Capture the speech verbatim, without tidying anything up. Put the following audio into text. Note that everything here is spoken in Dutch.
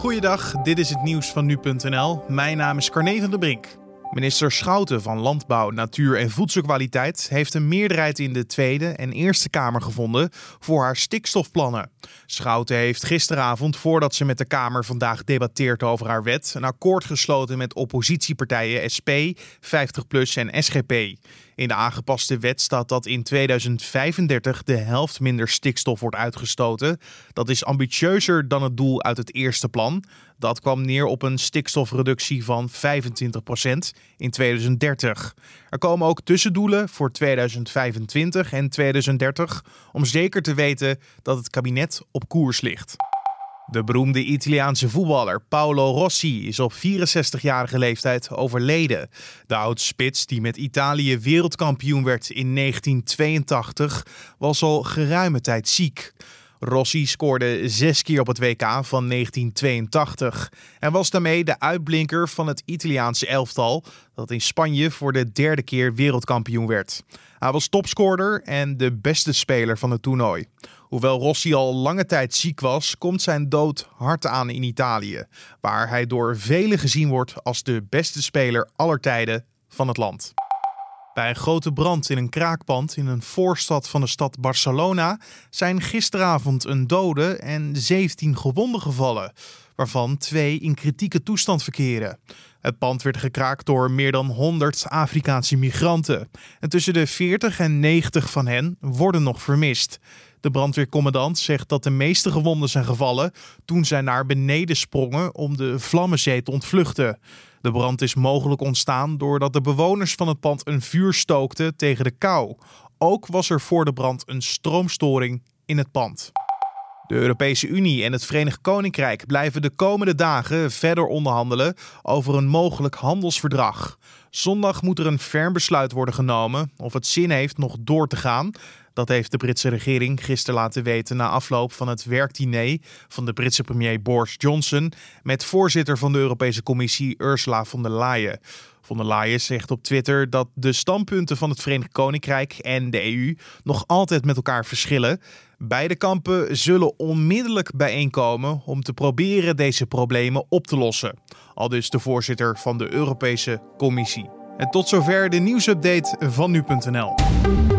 Goeiedag, dit is het nieuws van nu punt n l. Mijn naam is Carne van der Brink. Minister Schouten van Landbouw, Natuur en Voedselkwaliteit heeft een meerderheid in de Tweede en Eerste Kamer gevonden voor haar stikstofplannen. Schouten heeft gisteravond, voordat ze met de Kamer vandaag debatteert over haar wet, een akkoord gesloten met oppositiepartijen S P, vijftig plus en S G P. In de aangepaste wet staat dat in tweeduizend vijfendertig de helft minder stikstof wordt uitgestoten. Dat is ambitieuzer dan het doel uit het eerste plan. Dat kwam neer op een stikstofreductie van vijfentwintig procent in tweeduizend dertig. Er komen ook tussendoelen voor tweeduizend vijfentwintig en tweeduizend dertig om zeker te weten dat het kabinet op koers ligt. De beroemde Italiaanse voetballer Paolo Rossi is op vierenzestigjarige leeftijd overleden. De oud-spits die met Italië wereldkampioen werd in negentien tweeëntachtig was al geruime tijd ziek. Rossi scoorde zes keer op het W K van negentien tweeëntachtig en was daarmee de uitblinker van het Italiaanse elftal dat in Spanje voor de derde keer wereldkampioen werd. Hij was topscorer en de beste speler van het toernooi. Hoewel Rossi al lange tijd ziek was, komt zijn dood hard aan in Italië, waar hij door velen gezien wordt als de beste speler aller tijden van het land. Bij een grote brand in een kraakpand in een voorstad van de stad Barcelona zijn gisteravond een dode en zeventien gewonden gevallen, waarvan twee in kritieke toestand verkeren. Het pand werd gekraakt door meer dan honderd Afrikaanse migranten. En tussen de veertig en negentig van hen worden nog vermist. De brandweercommandant zegt dat de meeste gewonden zijn gevallen toen zij naar beneden sprongen om de vlammenzee te ontvluchten. De brand is mogelijk ontstaan doordat de bewoners van het pand een vuur stookten tegen de kou. Ook was er voor de brand een stroomstoring in het pand. De Europese Unie en het Verenigd Koninkrijk blijven de komende dagen verder onderhandelen over een mogelijk handelsverdrag. Zondag moet er een ferm besluit worden genomen of het zin heeft nog door te gaan. Dat heeft de Britse regering gisteren laten weten na afloop van het werkdiner van de Britse premier Boris Johnson met voorzitter van de Europese Commissie Ursula von der Leyen. Von der Leyen zegt op Twitter dat de standpunten van het Verenigd Koninkrijk en de E U nog altijd met elkaar verschillen. Beide kampen zullen onmiddellijk bijeenkomen om te proberen deze problemen op te lossen. Aldus de voorzitter van de Europese Commissie. En tot zover de nieuwsupdate van nu punt n l.